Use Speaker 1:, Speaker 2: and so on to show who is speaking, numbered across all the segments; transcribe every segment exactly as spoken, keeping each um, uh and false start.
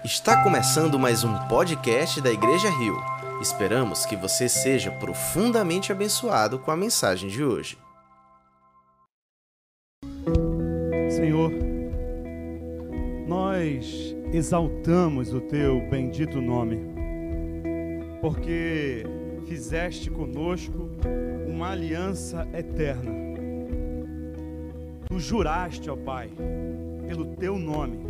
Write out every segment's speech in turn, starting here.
Speaker 1: Está começando mais um podcast da Igreja Rio. Esperamos que você seja profundamente abençoado com a mensagem de hoje.
Speaker 2: Senhor, nós exaltamos o Teu bendito nome, porque fizeste conosco uma aliança eterna. Tu juraste, ó Pai, pelo Teu nome.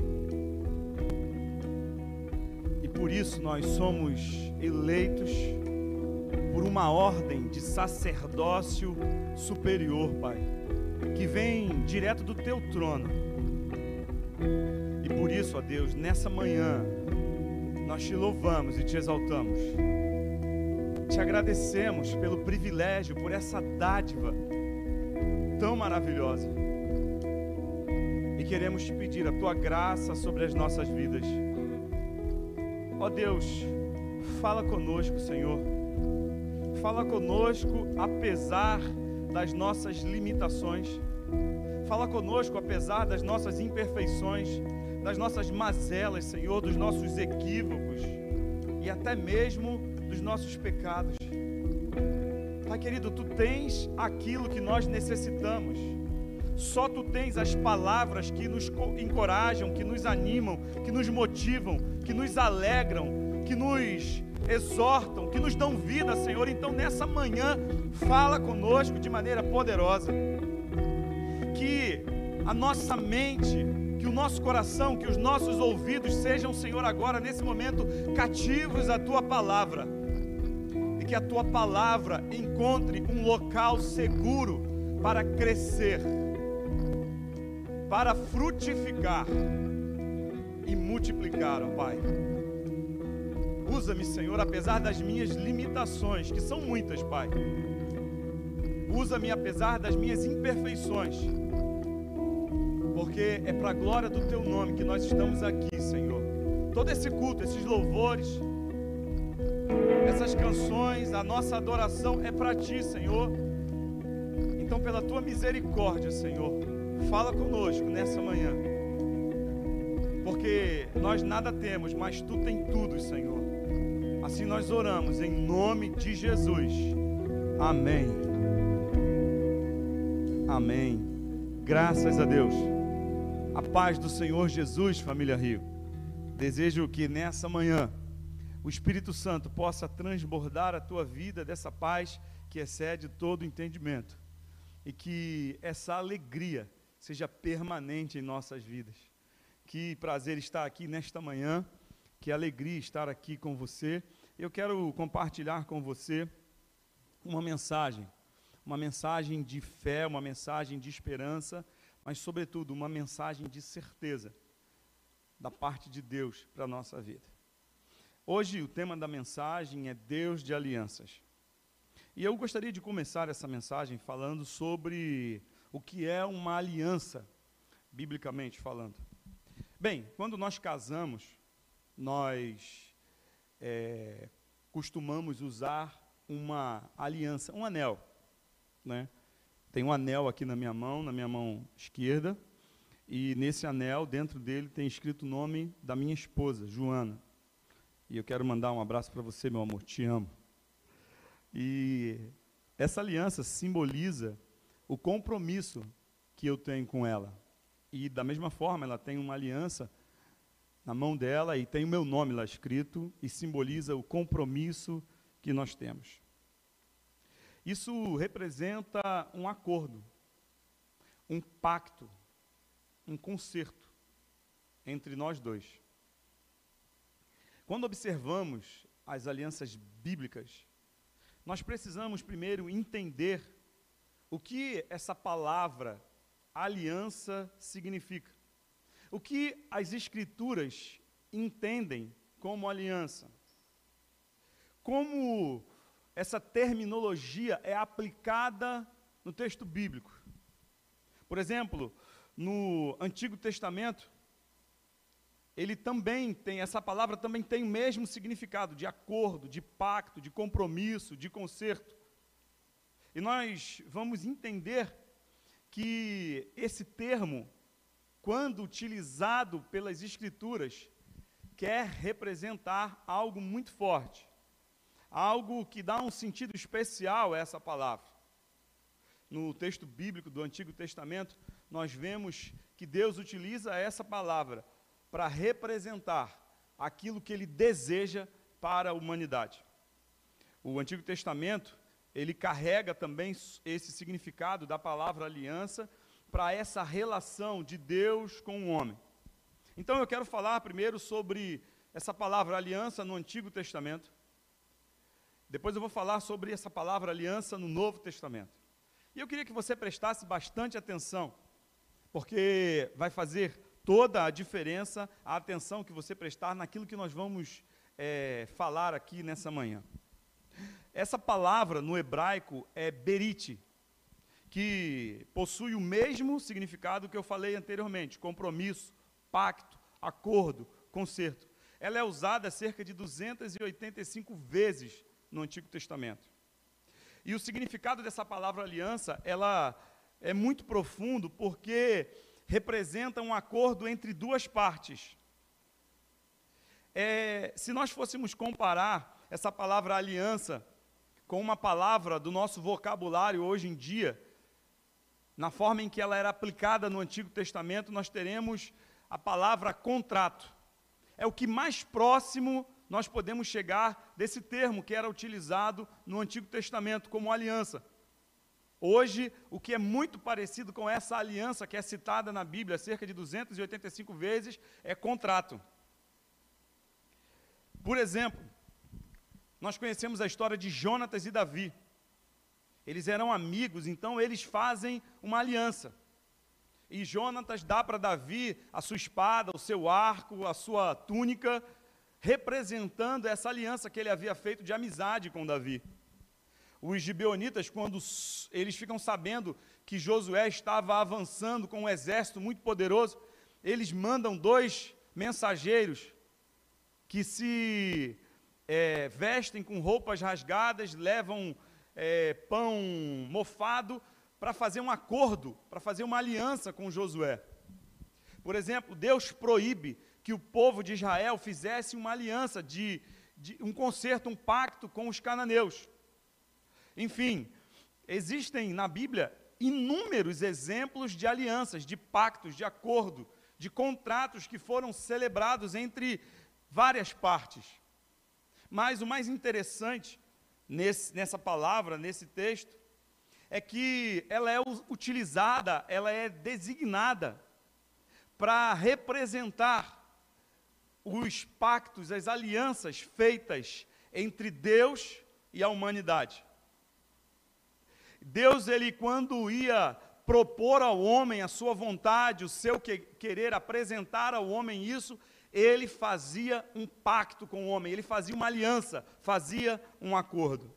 Speaker 2: E por isso nós somos eleitos por uma ordem de sacerdócio superior, Pai, que vem direto do Teu trono. E por isso, ó Deus, nessa manhã, nós Te louvamos e Te exaltamos. Te agradecemos pelo privilégio, por essa dádiva tão maravilhosa. E queremos Te pedir a Tua graça sobre as nossas vidas. Ó Deus, fala conosco, Senhor. Fala conosco apesar das nossas limitações. Fala conosco apesar das nossas imperfeições, das nossas mazelas, Senhor, dos nossos equívocos e até mesmo dos nossos pecados. Pai querido, Tu tens aquilo que nós necessitamos. Só Tu tens as palavras que nos encorajam, que nos animam, que nos motivam, que nos alegram, que nos exortam, que nos dão vida, Senhor. Então nessa manhã, fala conosco de maneira poderosa. Que a nossa mente, que o nosso coração, que os nossos ouvidos sejam, Senhor, agora nesse momento cativos à Tua palavra. E que a Tua palavra encontre um local seguro para crescer, para frutificar e multiplicar, ó Pai. Usa-me, Senhor, apesar das minhas limitações, que são muitas, Pai. Usa-me apesar das minhas imperfeições, porque é para a glória do Teu nome que nós estamos aqui, Senhor. Todo esse culto, esses louvores, essas canções, a nossa adoração é para Ti, Senhor. Então, pela Tua misericórdia, Senhor, fala conosco nessa manhã, porque nós nada temos, mas Tu tem tudo, Senhor. Assim nós oramos em nome de Jesus. Amém. Amém. Graças a Deus. A paz do Senhor Jesus, família Rio. Desejo que nessa manhã o Espírito Santo possa transbordar a tua vida dessa paz que excede todo entendimento. E que essa alegria seja permanente em nossas vidas. Que prazer estar aqui nesta manhã, que alegria estar aqui com você. Eu quero compartilhar com você uma mensagem, uma mensagem de fé, uma mensagem de esperança, mas sobretudo uma mensagem de certeza da parte de Deus para a nossa vida. Hoje o tema da mensagem é Deus de alianças. E eu gostaria de começar essa mensagem falando sobre o que é uma aliança, biblicamente falando. Bem, quando nós casamos, nós é, costumamos usar uma aliança, um anel, né? Tem um anel aqui na minha mão, na minha mão esquerda, e nesse anel, dentro dele, tem escrito o nome da minha esposa, Joana. E eu quero mandar um abraço para você, meu amor, te amo. E essa aliança simboliza o compromisso que eu tenho com ela. E da mesma forma, ela tem uma aliança na mão dela e tem o meu nome lá escrito e simboliza o compromisso que nós temos. Isso representa um acordo, um pacto, um concerto entre nós dois. Quando observamos as alianças bíblicas, nós precisamos primeiro entender o que essa palavra aliança significa. O que as Escrituras entendem como aliança? Como essa terminologia é aplicada no texto bíblico? Por exemplo, no Antigo Testamento, ele também tem, essa palavra também tem o mesmo significado de acordo, de pacto, de compromisso, de concerto. E nós vamos entender que esse termo, quando utilizado pelas Escrituras, quer representar algo muito forte, algo que dá um sentido especial a essa palavra. No texto bíblico do Antigo Testamento, nós vemos que Deus utiliza essa palavra para representar aquilo que Ele deseja para a humanidade. O Antigo Testamento, ele carrega também esse significado da palavra aliança para essa relação de Deus com o homem. Então eu quero falar primeiro sobre essa palavra aliança no Antigo Testamento. Depois eu vou falar sobre essa palavra aliança no Novo Testamento. E eu queria que você prestasse bastante atenção, porque vai fazer toda a diferença a atenção que você prestar naquilo que nós vamos é, falar aqui nessa manhã. Essa palavra no hebraico é berite, que possui o mesmo significado que eu falei anteriormente: compromisso, pacto, acordo, concerto. Ela é usada cerca de duzentas e oitenta e cinco vezes no Antigo Testamento. E o significado dessa palavra aliança, ela é muito profundo, porque representa um acordo entre duas partes. É, se nós fôssemos comparar essa palavra aliança com uma palavra do nosso vocabulário hoje em dia, na forma em que ela era aplicada no Antigo Testamento, nós teremos a palavra contrato. É o que mais próximo nós podemos chegar desse termo que era utilizado no Antigo Testamento como aliança. Hoje, o que é muito parecido com essa aliança que é citada na Bíblia cerca de duzentas e oitenta e cinco vezes é contrato. Por exemplo, nós conhecemos a história de Jonatas e Davi. Eles eram amigos, então eles fazem uma aliança. E Jonatas dá para Davi a sua espada, o seu arco, a sua túnica, representando essa aliança que ele havia feito de amizade com Davi. Os gibeonitas, quando eles ficam sabendo que Josué estava avançando com um exército muito poderoso, eles mandam dois mensageiros que se é, vestem com roupas rasgadas, levam é, pão mofado, para fazer um acordo, para fazer uma aliança com Josué. Por exemplo, Deus proíbe que o povo de Israel fizesse uma aliança, de, de um concerto, um pacto com os cananeus. Enfim, existem na Bíblia inúmeros exemplos de alianças, de pactos, de acordo, de contratos que foram celebrados entre várias partes. Mas o mais interessante nesse, nessa palavra, nesse texto, é que ela é utilizada, ela é designada para representar os pactos, as alianças feitas entre Deus e a humanidade. Deus, ele quando ia propor ao homem a sua vontade, o seu que, querer, apresentar ao homem isso, ele fazia um pacto com o homem, ele fazia uma aliança, fazia um acordo.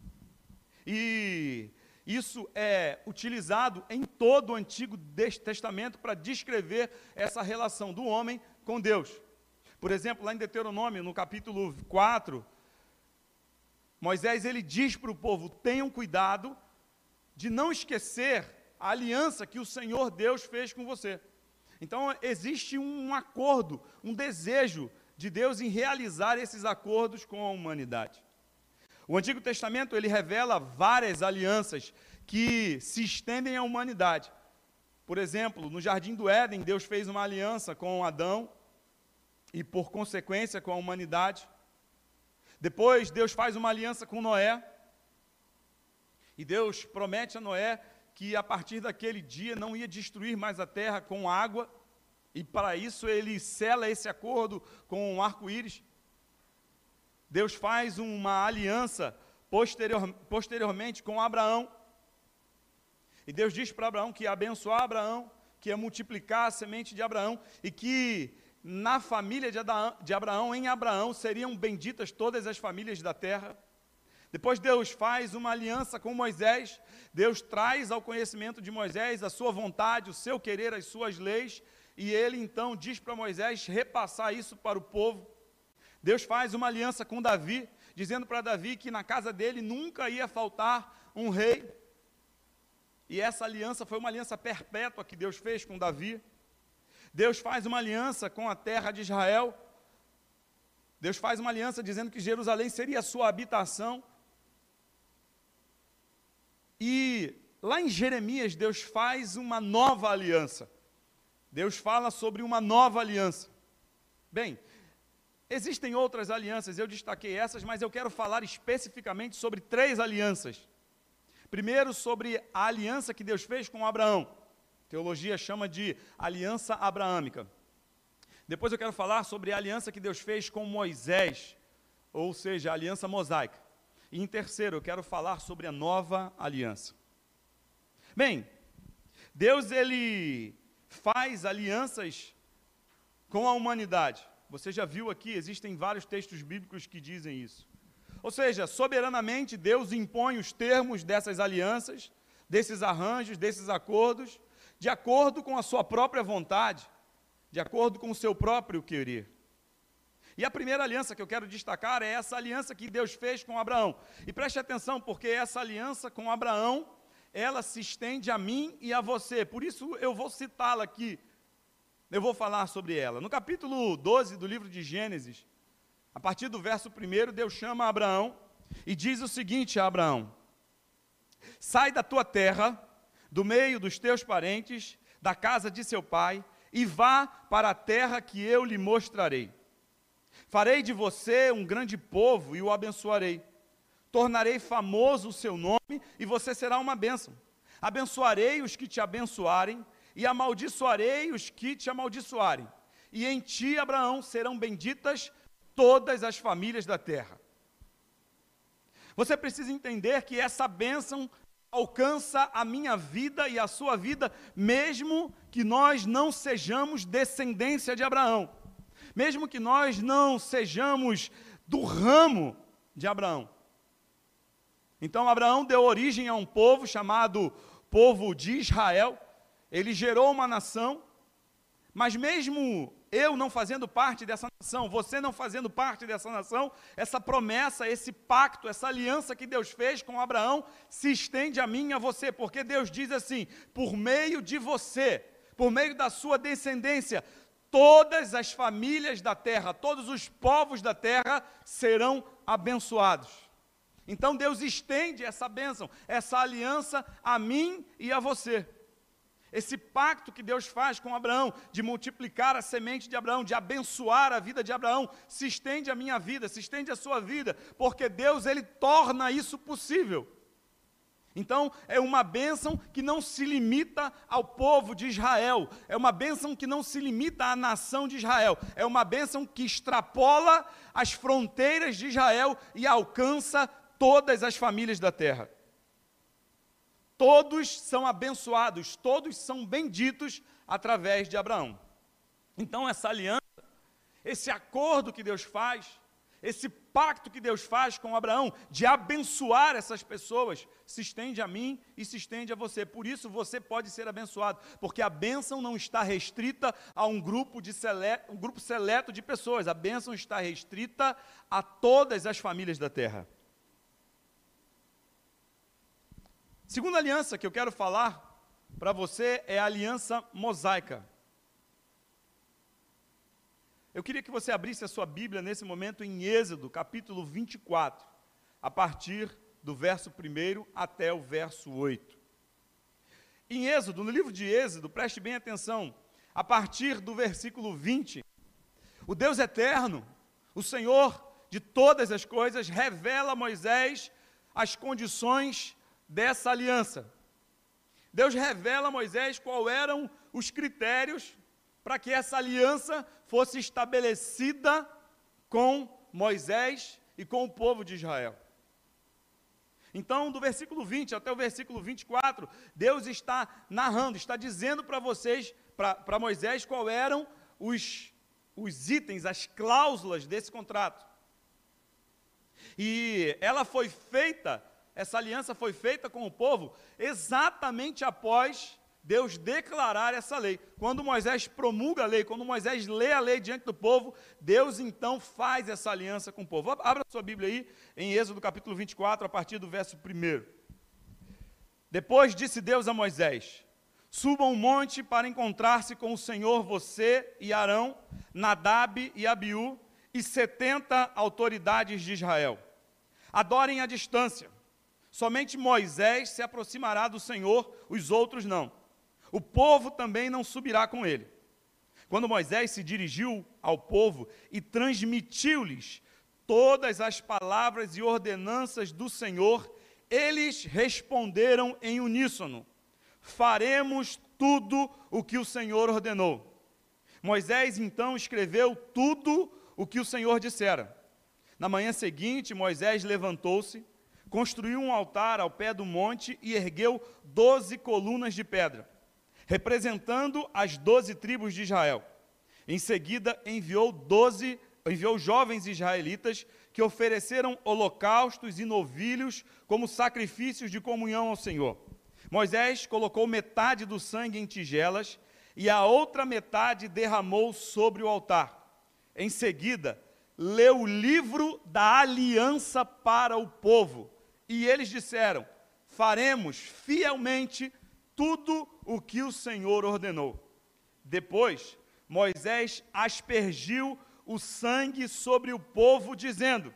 Speaker 2: E isso é utilizado em todo o Antigo Testamento para descrever essa relação do homem com Deus. Por exemplo, lá em Deuteronômio, no capítulo quatro, Moisés ele diz para o povo: tenham cuidado de não esquecer a aliança que o Senhor Deus fez com você. Então, existe um acordo, um desejo de Deus em realizar esses acordos com a humanidade. O Antigo Testamento, ele revela várias alianças que se estendem à humanidade. Por exemplo, no Jardim do Éden, Deus fez uma aliança com Adão e, por consequência, com a humanidade. Depois, Deus faz uma aliança com Noé. E Deus promete a Noé que a partir daquele dia não ia destruir mais a terra com água, e para isso ele sela esse acordo com um arco-íris. Deus faz uma aliança posterior, posteriormente com Abraão, e Deus diz para Abraão que ia abençoar Abraão, que ia multiplicar a semente de Abraão, e que na família de, Adão, de Abraão, em Abraão, seriam benditas todas as famílias da terra. Depois Deus faz uma aliança com Moisés, Deus traz ao conhecimento de Moisés a sua vontade, o seu querer, as suas leis, e ele então diz para Moisés repassar isso para o povo. Deus faz uma aliança com Davi, dizendo para Davi que na casa dele nunca ia faltar um rei, e essa aliança foi uma aliança perpétua que Deus fez com Davi. Deus faz uma aliança com a terra de Israel, Deus faz uma aliança dizendo que Jerusalém seria a sua habitação. E lá em Jeremias, Deus faz uma nova aliança. Deus fala sobre uma nova aliança. Bem, existem outras alianças, eu destaquei essas, mas eu quero falar especificamente sobre três alianças. Primeiro, sobre a aliança que Deus fez com Abraão. A teologia chama de aliança abraâmica. Depois eu quero falar sobre a aliança que Deus fez com Moisés, ou seja, a aliança mosaica. E em terceiro, eu quero falar sobre a nova aliança. Bem, Deus, ele faz alianças com a humanidade. Você já viu aqui, existem vários textos bíblicos que dizem isso. Ou seja, soberanamente, Deus impõe os termos dessas alianças, desses arranjos, desses acordos, de acordo com a sua própria vontade, de acordo com o seu próprio querer. E a primeira aliança que eu quero destacar é essa aliança que Deus fez com Abraão. E preste atenção, porque essa aliança com Abraão, ela se estende a mim e a você. Por isso eu vou citá-la aqui. Eu vou falar sobre ela. No capítulo doze do livro de Gênesis, a partir do verso primeiro, Deus chama Abraão e diz o seguinte a Abraão: sai da tua terra, do meio dos teus parentes, da casa de seu pai, e vá para a terra que eu lhe mostrarei. Farei de você um grande povo e o abençoarei. Tornarei famoso o seu nome e você será uma bênção. Abençoarei os que te abençoarem e amaldiçoarei os que te amaldiçoarem. E em ti, Abraão, serão benditas todas as famílias da terra. Você precisa entender que essa bênção alcança a minha vida e a sua vida, mesmo que nós não sejamos descendência de Abraão. Mesmo que nós não sejamos do ramo de Abraão. Então, Abraão deu origem a um povo chamado povo de Israel. Ele gerou uma nação, mas mesmo eu não fazendo parte dessa nação, você não fazendo parte dessa nação, essa promessa, esse pacto, essa aliança que Deus fez com Abraão, se estende a mim e a você, porque Deus diz assim: por meio de você, por meio da sua descendência, todas as famílias da terra, todos os povos da terra serão abençoados. Então Deus estende essa bênção, essa aliança a mim e a você. Esse pacto que Deus faz com Abraão, de multiplicar a semente de Abraão, de abençoar a vida de Abraão, se estende à minha vida, se estende à sua vida, porque Deus, ele torna isso possível. Então, é uma bênção que não se limita ao povo de Israel, é uma bênção que não se limita à nação de Israel, é uma bênção que extrapola as fronteiras de Israel e alcança todas as famílias da terra. Todos são abençoados, todos são benditos através de Abraão. Então, essa aliança, esse acordo que Deus faz, esse pacto que Deus faz com Abraão, de abençoar essas pessoas, se estende a mim e se estende a você. Por isso você pode ser abençoado, porque a bênção não está restrita a um grupo, de sele... um grupo seleto de pessoas, a bênção está restrita a todas as famílias da terra. Segunda aliança que eu quero falar para você é a aliança mosaica. Eu queria que você abrisse a sua Bíblia nesse momento em Êxodo, capítulo vinte e quatro, a partir do verso primeiro até o verso oito. Em Êxodo, no livro de Êxodo, preste bem atenção, a partir do versículo vinte, o Deus eterno, o Senhor de todas as coisas, revela a Moisés as condições dessa aliança. Deus revela a Moisés quais eram os critérios para que essa aliança fosse estabelecida com Moisés e com o povo de Israel. Então, do versículo vinte até o versículo vinte e quatro, Deus está narrando, está dizendo para vocês, para Moisés, quais eram os, os itens, as cláusulas desse contrato. E ela foi feita, essa aliança foi feita com o povo exatamente após Deus declarar essa lei. Quando Moisés promulga a lei, quando Moisés lê a lei diante do povo, Deus então faz essa aliança com o povo. Abra sua Bíblia aí, em Êxodo capítulo vinte e quatro, a partir do verso primeiro. Depois disse Deus a Moisés: subam um monte para encontrar-se com o Senhor, você e Arão, Nadab e Abiú, e setenta autoridades de Israel. Adorem à distância. Somente Moisés se aproximará do Senhor, os outros não. O povo também não subirá com ele. Quando Moisés se dirigiu ao povo e transmitiu-lhes todas as palavras e ordenanças do Senhor, eles responderam em uníssono: faremos tudo o que o Senhor ordenou. Moisés então escreveu tudo o que o Senhor dissera. Na manhã seguinte, Moisés levantou-se, construiu um altar ao pé do monte e ergueu doze colunas de pedra, representando as doze tribos de Israel. Em seguida, enviou doze, enviou jovens israelitas que ofereceram holocaustos e novilhos como sacrifícios de comunhão ao Senhor. Moisés colocou metade do sangue em tigelas e a outra metade derramou sobre o altar. Em seguida, leu o livro da aliança para o povo, e eles disseram: faremos fielmente tudo o que o Senhor ordenou. Depois, Moisés aspergiu o sangue sobre o povo, dizendo: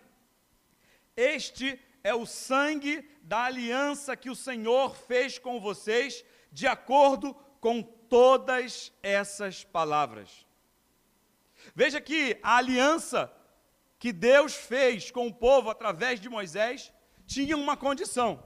Speaker 2: este é o sangue da aliança que o Senhor fez com vocês, de acordo com todas essas palavras. Veja que a aliança que Deus fez com o povo através de Moisés tinha uma condição.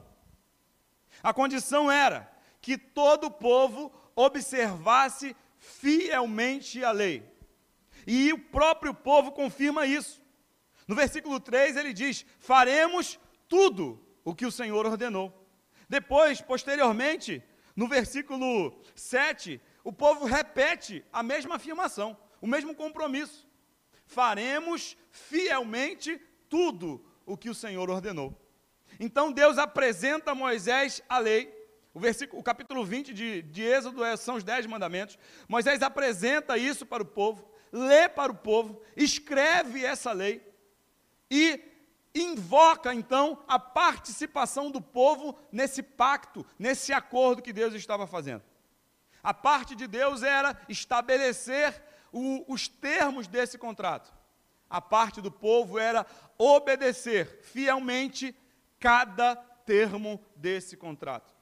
Speaker 2: A condição era que todo o povo observasse fielmente a lei. E o próprio povo confirma isso. No versículo três ele diz: faremos tudo o que o Senhor ordenou. Depois, posteriormente, no versículo sete, o povo repete a mesma afirmação, o mesmo compromisso: faremos fielmente tudo o que o Senhor ordenou. Então Deus apresenta a Moisés a lei. O, versículo, o capítulo vinte de, de Êxodo é, são os dez mandamentos. Moisés apresenta isso para o povo, lê para o povo, escreve essa lei e invoca então a participação do povo nesse pacto, nesse acordo que Deus estava fazendo. A parte de Deus era estabelecer o, os termos desse contrato. A parte do povo era obedecer fielmente cada termo desse contrato.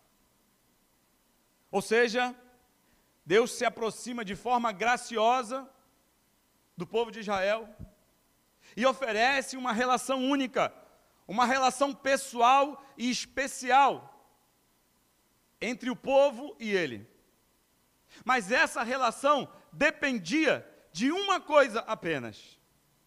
Speaker 2: Ou seja, Deus se aproxima de forma graciosa do povo de Israel e oferece uma relação única, uma relação pessoal e especial entre o povo e ele. Mas essa relação dependia de uma coisa apenas: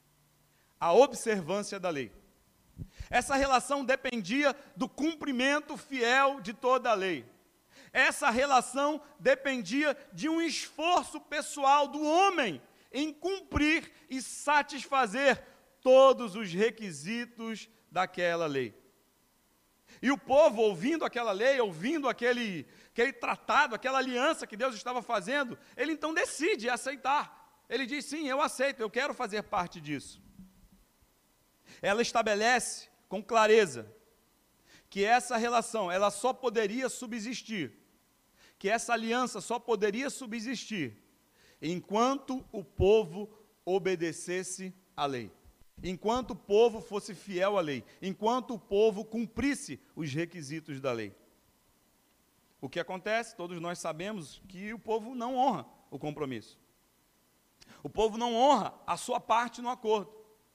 Speaker 2: a observância da lei. Essa relação dependia do cumprimento fiel de toda a lei. Essa relação dependia de um esforço pessoal do homem em cumprir e satisfazer todos os requisitos daquela lei. E o povo, ouvindo aquela lei, ouvindo aquele, aquele tratado, aquela aliança que Deus estava fazendo, ele então decide aceitar. Ele diz: sim, eu aceito, eu quero fazer parte disso. Ela estabelece com clareza que essa relação, ela só poderia subsistir, que essa aliança só poderia subsistir enquanto o povo obedecesse à lei, enquanto o povo fosse fiel à lei, enquanto o povo cumprisse os requisitos da lei. O que acontece? Todos nós sabemos que o povo não honra o compromisso. O povo não honra a sua parte no acordo.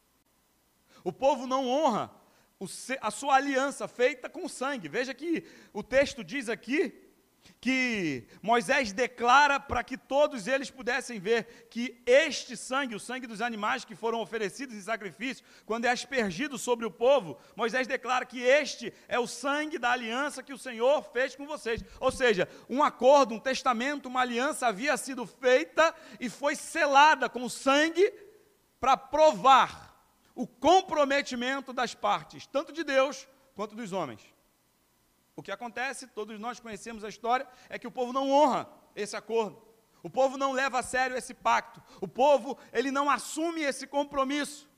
Speaker 2: O povo não honra a sua aliança feita com sangue. Veja que o texto diz aqui que Moisés declara para que todos eles pudessem ver que este sangue, o sangue dos animais que foram oferecidos em sacrifício, quando é aspergido sobre o povo, Moisés declara que este é o sangue da aliança que o Senhor fez com vocês. Ou seja, um acordo, um testamento, uma aliança havia sido feita e foi selada com sangue para provar o comprometimento das partes, tanto de Deus quanto dos homens. O que acontece, todos nós conhecemos a história, é que o povo não honra esse acordo. O povo não leva a sério esse pacto. O povo, ele não assume esse compromisso.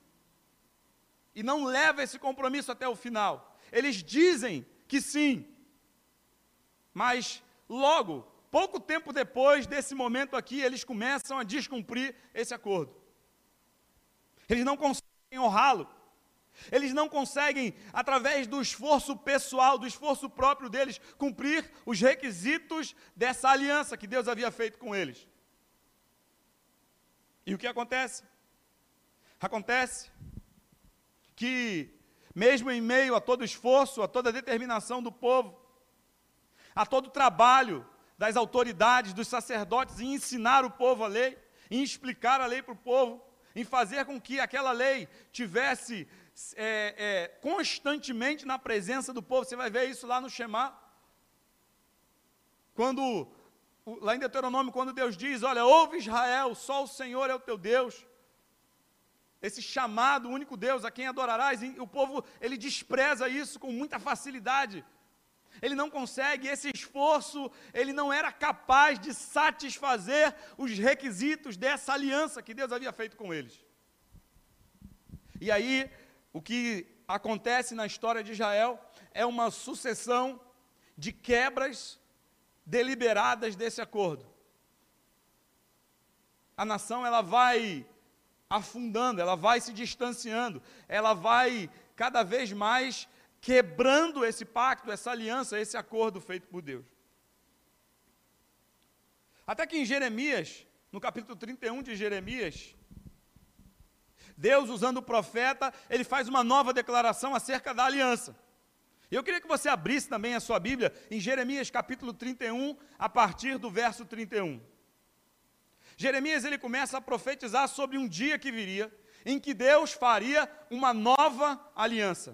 Speaker 2: E não leva esse compromisso até o final. Eles dizem que sim. Mas logo, pouco tempo depois desse momento aqui, eles começam a descumprir esse acordo. Eles não conseguem honrá-lo. Eles não conseguem, através do esforço pessoal, do esforço próprio deles, cumprir os requisitos dessa aliança que Deus havia feito com eles. E o que acontece? Acontece que, mesmo em meio a todo esforço, a toda determinação do povo, a todo o trabalho das autoridades, dos sacerdotes, em ensinar o povo a lei, em explicar a lei para o povo, em fazer com que aquela lei tivesse é, é, constantemente na presença do povo. Você vai ver isso lá no Shema, quando, lá em Deuteronômio, quando Deus diz, olha, ouve Israel, só o Senhor é o teu Deus, esse chamado, único Deus, a quem adorarás, e o povo, ele despreza isso com muita facilidade. Ele não consegue, esse esforço, ele não era capaz de satisfazer os requisitos dessa aliança que Deus havia feito com eles. E aí, o que acontece na história de Israel é uma sucessão de quebras deliberadas desse acordo. A nação, ela vai afundando, ela vai se distanciando, ela vai cada vez mais quebrando esse pacto, essa aliança, esse acordo feito por Deus. Até que em Jeremias, no capítulo trinta e um de Jeremias, Deus, usando o profeta, ele faz uma nova declaração acerca da aliança. E eu queria que você abrisse também a sua Bíblia em Jeremias capítulo trinta e um, a partir do verso trinta e um. Jeremias, ele começa a profetizar sobre um dia que viria, em que Deus faria uma nova aliança.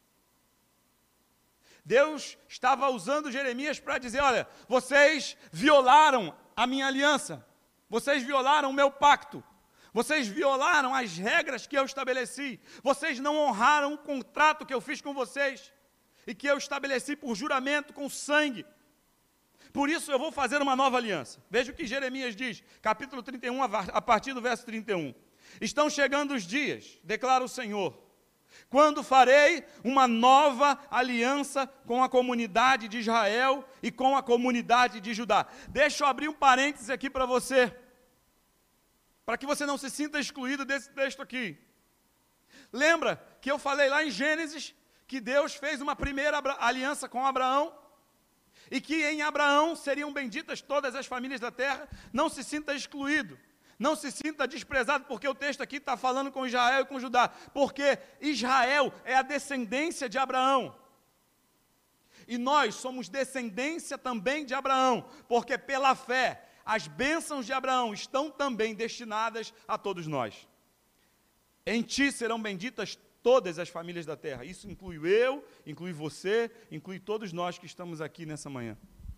Speaker 2: Deus estava usando Jeremias para dizer, olha, vocês violaram a minha aliança, vocês violaram o meu pacto, vocês violaram as regras que eu estabeleci, vocês não honraram o contrato que eu fiz com vocês, e que eu estabeleci por juramento com sangue. Por isso eu vou fazer uma nova aliança. Veja o que Jeremias diz, capítulo trinta e um, a partir do verso trinta e um. Estão chegando os dias, declara o Senhor, quando farei uma nova aliança com a comunidade de Israel e com a comunidade de Judá. Deixa eu abrir um parênteses aqui para você, para que você não se sinta excluído desse texto aqui. Lembra que eu falei lá em Gênesis que Deus fez uma primeira aliança com Abraão, e que em Abraão seriam benditas todas as famílias da terra? Não se sinta excluído, não se sinta desprezado, porque o texto aqui está falando com Israel e com Judá, porque Israel é a descendência de Abraão, e nós somos descendência também de Abraão, porque pela fé, as bênçãos de Abraão estão também destinadas a todos nós. Em ti serão benditas todas as famílias da terra. Isso inclui eu, inclui você, inclui todos nós que estamos aqui nessa manhã.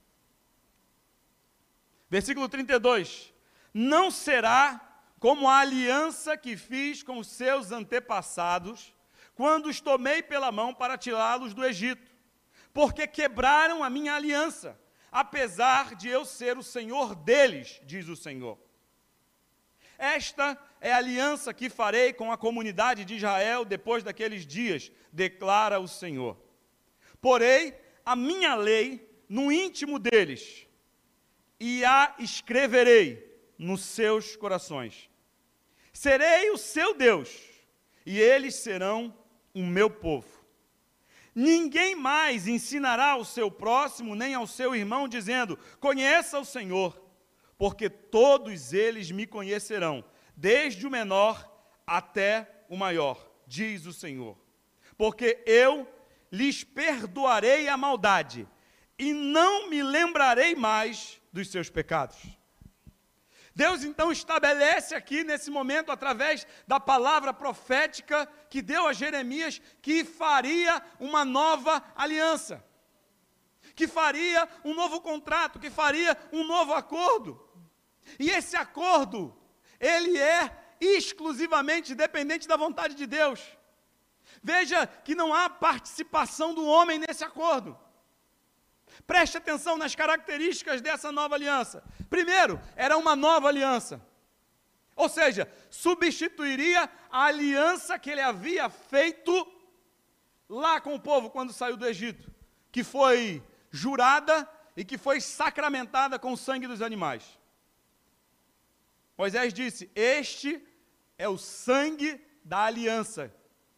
Speaker 2: Versículo trinta e dois. Não será como a aliança que fiz com os seus antepassados, quando os tomei pela mão para tirá-los do Egito, porque quebraram a minha aliança, apesar de eu ser o Senhor deles, diz o Senhor. Esta é a aliança que farei com a comunidade de Israel depois daqueles dias, declara o Senhor. Porei a minha lei no íntimo deles, e a escreverei nos seus corações. Serei o seu Deus, e eles serão o meu povo. Ninguém mais ensinará ao seu próximo, nem ao seu irmão, dizendo, conheça o Senhor, porque todos eles me conhecerão, desde o menor até o maior, diz o Senhor. Porque eu lhes perdoarei a maldade, e não me lembrarei mais dos seus pecados. Deus então estabelece aqui nesse momento, através da palavra profética que deu a Jeremias, que faria uma nova aliança, que faria um novo contrato, que faria um novo acordo. E esse acordo, ele é exclusivamente dependente da vontade de Deus. Veja que não há participação do homem nesse acordo. Preste atenção nas características dessa nova aliança. Primeiro, era uma nova aliança. Ou seja, substituiria a aliança que ele havia feito lá com o povo quando saiu do Egito, que foi jurada e que foi sacramentada com o sangue dos animais. Moisés disse, este é o sangue da aliança.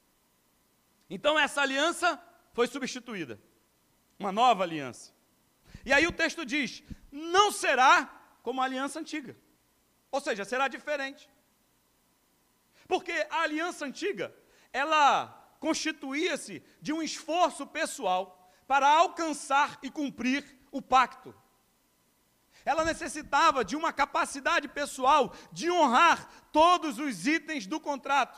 Speaker 2: Então essa aliança foi substituída, uma nova aliança. E aí o texto diz, não será como a aliança antiga, ou seja, será diferente. Porque a aliança antiga, ela constituía-se de um esforço pessoal para alcançar e cumprir o pacto. Ela necessitava de uma capacidade pessoal de honrar todos os itens do contrato.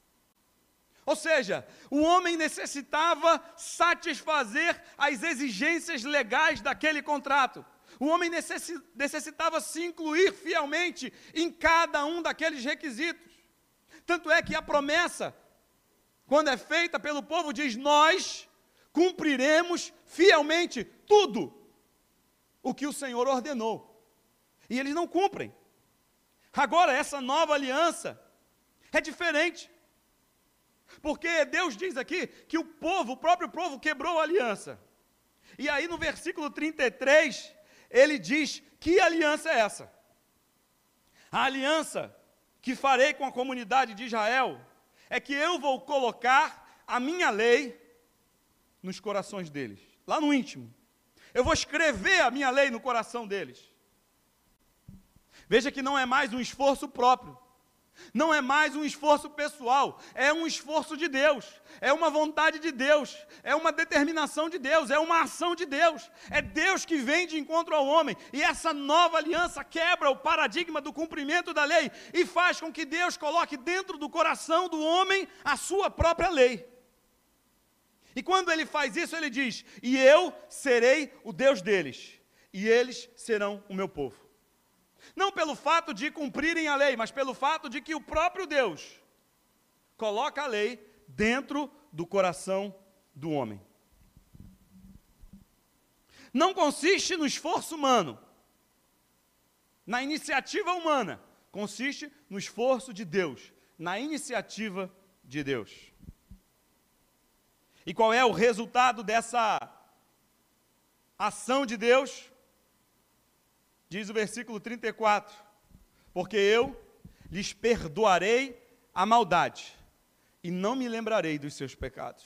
Speaker 2: Ou seja, o homem necessitava satisfazer as exigências legais daquele contrato. O homem necessitava se incluir fielmente em cada um daqueles requisitos. Tanto é que a promessa, quando é feita pelo povo, diz, nós cumpriremos fielmente tudo o que o Senhor ordenou. E eles não cumprem. Agora, essa nova aliança é diferente. Porque Deus diz aqui que o povo, o próprio povo, quebrou a aliança. E aí no versículo trinta e três, ele diz, que aliança é essa? A aliança que farei com a comunidade de Israel é que eu vou colocar a minha lei nos corações deles, lá no íntimo. Eu vou escrever a minha lei no coração deles. Veja que não é mais um esforço próprio. Não é mais um esforço pessoal, é um esforço de Deus, é uma vontade de Deus, é uma determinação de Deus, é uma ação de Deus, é Deus que vem de encontro ao homem, e essa nova aliança quebra o paradigma do cumprimento da lei, e faz com que Deus coloque dentro do coração do homem a sua própria lei. E quando ele faz isso, ele diz, e eu serei o Deus deles, e eles serão o meu povo. Não pelo fato de cumprirem a lei, mas pelo fato de que o próprio Deus coloca a lei dentro do coração do homem. Não consiste no esforço humano, na iniciativa humana, consiste no esforço de Deus, na iniciativa de Deus. E qual é o resultado dessa ação de Deus? Diz o versículo trinta e quatro, porque eu lhes perdoarei a maldade e não me lembrarei dos seus pecados.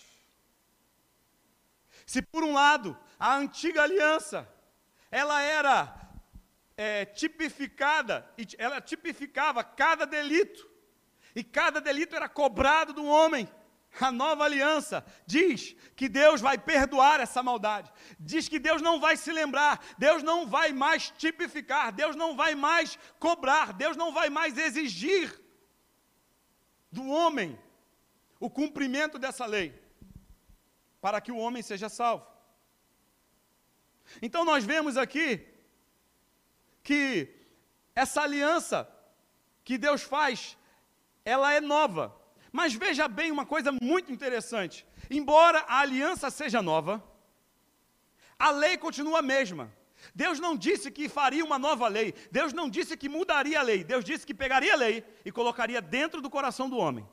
Speaker 2: Se por um lado, a antiga aliança, ela era é, tipificada, ela tipificava cada delito, e cada delito era cobrado do homem. A nova aliança diz que Deus vai perdoar essa maldade, diz que Deus não vai se lembrar, Deus não vai mais tipificar, Deus não vai mais cobrar, Deus não vai mais exigir do homem o cumprimento dessa lei, para que o homem seja salvo. Então nós vemos aqui que essa aliança que Deus faz, ela é nova. Mas veja bem uma coisa muito interessante. Embora a aliança seja nova, a lei continua a mesma. Deus não disse que faria uma nova lei. Deus não disse que mudaria a lei. Deus disse que pegaria a lei e colocaria dentro do coração do homem.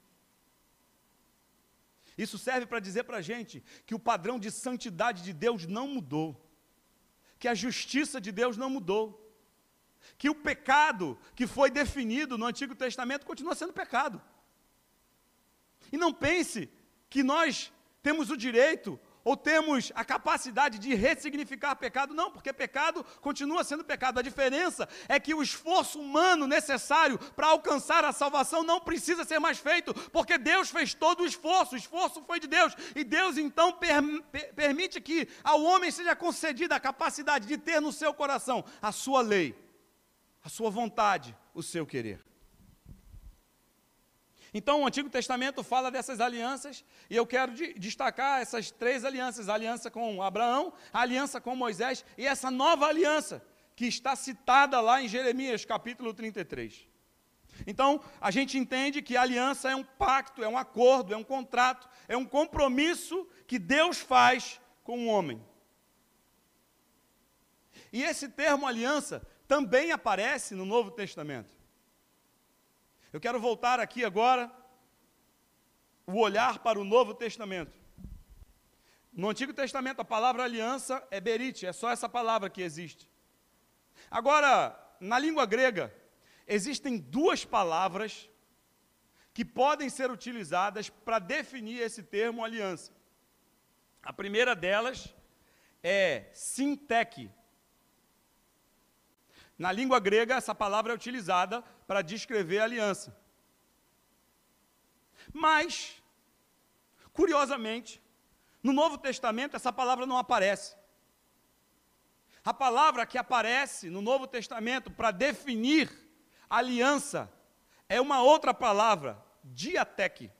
Speaker 2: Isso serve para dizer para a gente que o padrão de santidade de Deus não mudou. Que a justiça de Deus não mudou. Que o pecado que foi definido no Antigo Testamento continua sendo pecado. E não pense que nós temos o direito ou temos a capacidade de ressignificar pecado. Não, porque pecado continua sendo pecado. A diferença é que o esforço humano necessário para alcançar a salvação não precisa ser mais feito, porque Deus fez todo o esforço, o esforço foi de Deus. E Deus então per, per, permite que ao homem seja concedida a capacidade de ter no seu coração a sua lei, a sua vontade, o seu querer. Então, o Antigo Testamento fala dessas alianças, e eu quero de, destacar essas três alianças, a aliança com Abraão, a aliança com Moisés, e essa nova aliança, que está citada lá em Jeremias, capítulo trinta e três. Então, a gente entende que a aliança é um pacto, é um acordo, é um contrato, é um compromisso que Deus faz com o homem. E esse termo aliança também aparece no Novo Testamento. Eu quero voltar aqui agora, o olhar para o Novo Testamento. No Antigo Testamento, a palavra aliança é berit, é só essa palavra que existe. Agora, na língua grega, existem duas palavras que podem ser utilizadas para definir esse termo aliança. A primeira delas é sinteque. Na língua grega, essa palavra é utilizada para descrever a aliança. Mas, curiosamente, no Novo Testamento essa palavra não aparece. A palavra que aparece no Novo Testamento para definir aliança é uma outra palavra, diateque.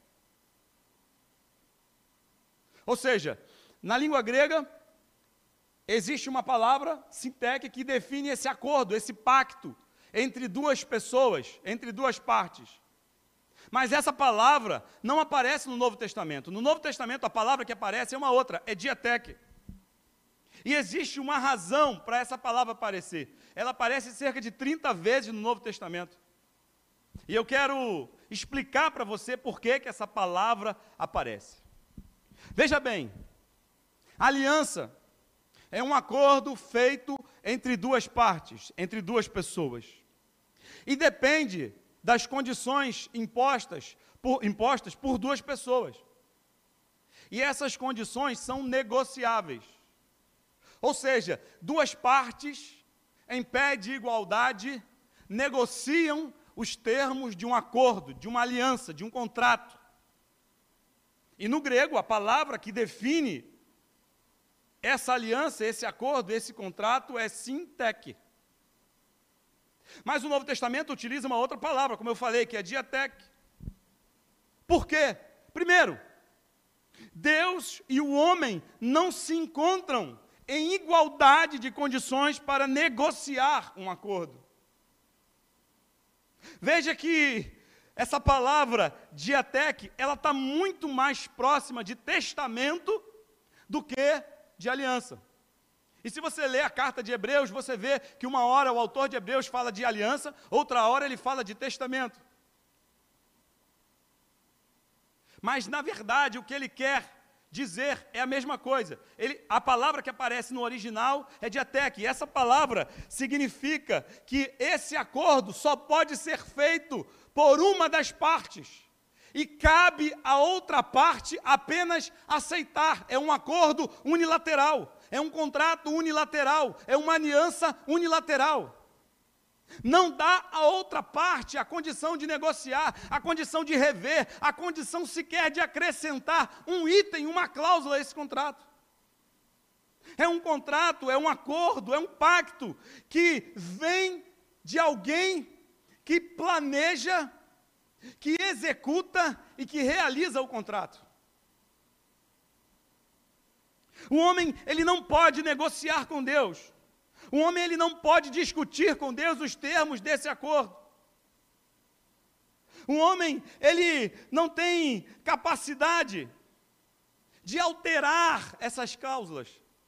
Speaker 2: Ou seja, na língua grega, existe uma palavra, sinteque, que define esse acordo, esse pacto entre duas pessoas, entre duas partes. Mas essa palavra não aparece no Novo Testamento. No Novo Testamento, a palavra que aparece é uma outra, é diateque. E existe uma razão para essa palavra aparecer. Ela aparece cerca de trinta vezes no Novo Testamento. E eu quero explicar para você por que que essa palavra aparece. Veja bem, aliança é um acordo feito entre duas partes, entre duas pessoas. E depende das condições impostas por, impostas por duas pessoas. E essas condições são negociáveis. Ou seja, duas partes, em pé de igualdade, negociam os termos de um acordo, de uma aliança, de um contrato. E no grego, a palavra que define essa aliança, esse acordo, esse contrato é sinteque. Mas o Novo Testamento utiliza uma outra palavra, como eu falei, que é diateque. Por quê? Primeiro, Deus e o homem não se encontram em igualdade de condições para negociar um acordo. Veja que essa palavra diateque, ela está muito mais próxima de testamento do que de aliança. E se você ler a carta de Hebreus, você vê que uma hora o autor de Hebreus fala de aliança, outra hora ele fala de testamento. Mas, na verdade, o que ele quer dizer é a mesma coisa. Ele, a palavra que aparece no original é diateque, e essa palavra significa que esse acordo só pode ser feito por uma das partes, e cabe a outra parte apenas aceitar. É um acordo unilateral, é um contrato unilateral, é uma aliança unilateral. Não dá à outra parte a condição de negociar, a condição de rever, a condição sequer de acrescentar um item, uma cláusula a esse contrato. É um contrato, é um acordo, é um pacto que vem de alguém que planeja, que executa e que realiza o contrato. O homem, ele não pode negociar com Deus. O homem, ele não pode discutir com Deus os termos desse acordo. O homem, ele não tem capacidade de alterar essas cláusulas.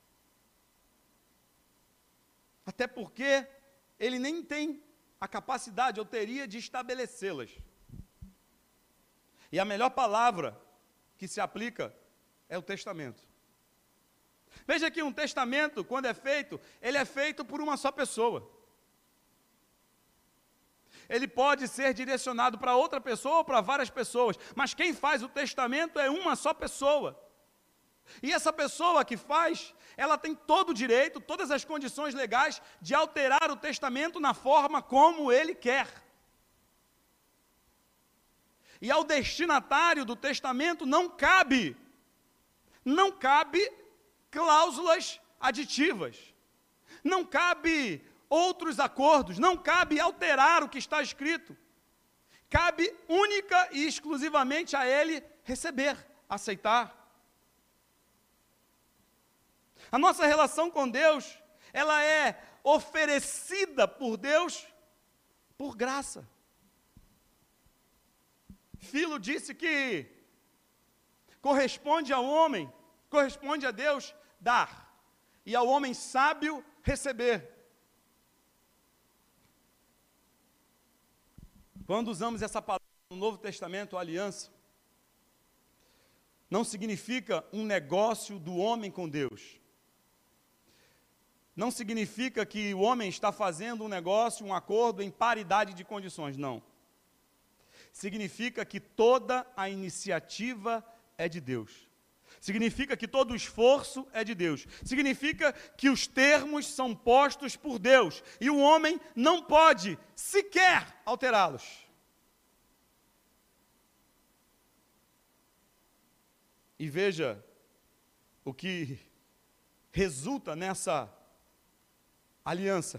Speaker 2: Até porque ele nem tem a capacidade ou teria de estabelecê-las. E a melhor palavra que se aplica é o testamento. Veja que um testamento, quando é feito, ele é feito por uma só pessoa. Ele pode ser direcionado para outra pessoa ou para várias pessoas, mas quem faz o testamento é uma só pessoa. E essa pessoa que faz, ela tem todo o direito, todas as condições legais de alterar o testamento na forma como ele quer. E ao destinatário do testamento não cabe, não cabe cláusulas aditivas, não cabe outros acordos, não cabe alterar o que está escrito. Cabe única e exclusivamente a ele receber, aceitar. A nossa relação com Deus, ela é oferecida por Deus por graça. Filo disse que corresponde ao homem, corresponde a Deus dar, e ao homem sábio receber. Quando usamos essa palavra no Novo Testamento, aliança, não significa um negócio do homem com Deus. Não significa que o homem está fazendo um negócio, um acordo em paridade de condições, não. significa que toda a iniciativa é de Deus. Significa que todo o esforço é de Deus. Significa que os termos são postos por Deus e o homem não pode sequer alterá-los. E veja o que resulta nessa aliança.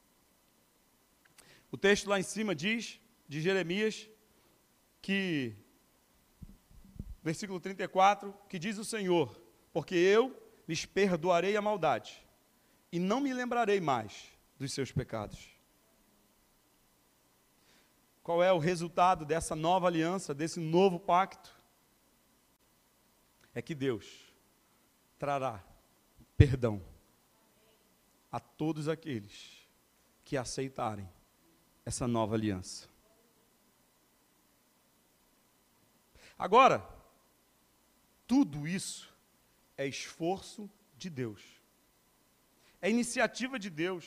Speaker 2: O texto lá em cima diz, de Jeremias, que, versículo trinta e quatro, que diz o Senhor: porque eu lhes perdoarei a maldade, e não me lembrarei mais dos seus pecados. Qual é o resultado dessa nova aliança, desse novo pacto? É que Deus trará perdão a todos aqueles que aceitarem essa nova aliança. Agora, tudo isso é esforço de Deus, é iniciativa de Deus.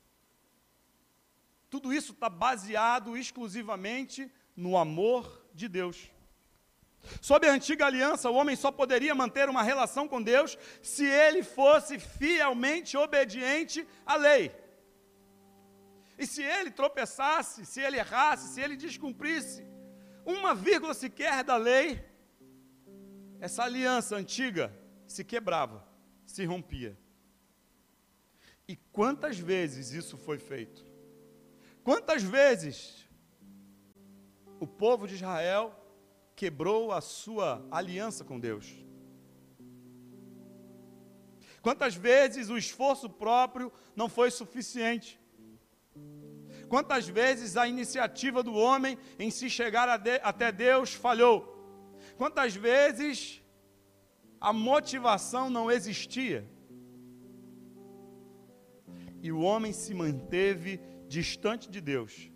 Speaker 2: Tudo isso está baseado exclusivamente no amor de Deus. Sob a antiga aliança, o homem só poderia manter uma relação com Deus se ele fosse fielmente obediente à lei. E se ele tropeçasse, se ele errasse, se ele descumprisse uma vírgula sequer da lei, essa aliança antiga se quebrava, se rompia. E quantas vezes isso foi feito? Quantas vezes o povo de Israel quebrou a sua aliança com Deus? Quantas vezes o esforço próprio não foi suficiente? Quantas vezes a iniciativa do homem em se chegar a de, até Deus falhou? Quantas vezes a motivação não existia? E o homem se manteve distante de Deus.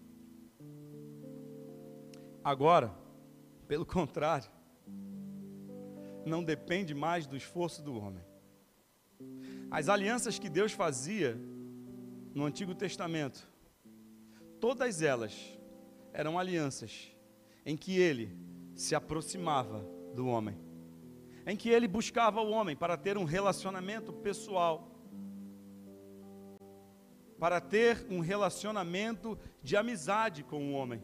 Speaker 2: Agora, pelo contrário, não depende mais do esforço do homem. As alianças que Deus fazia no Antigo Testamento, todas elas eram alianças em que Ele se aproximava do homem, em que Ele buscava o homem para ter um relacionamento pessoal, para ter um relacionamento de amizade com o homem.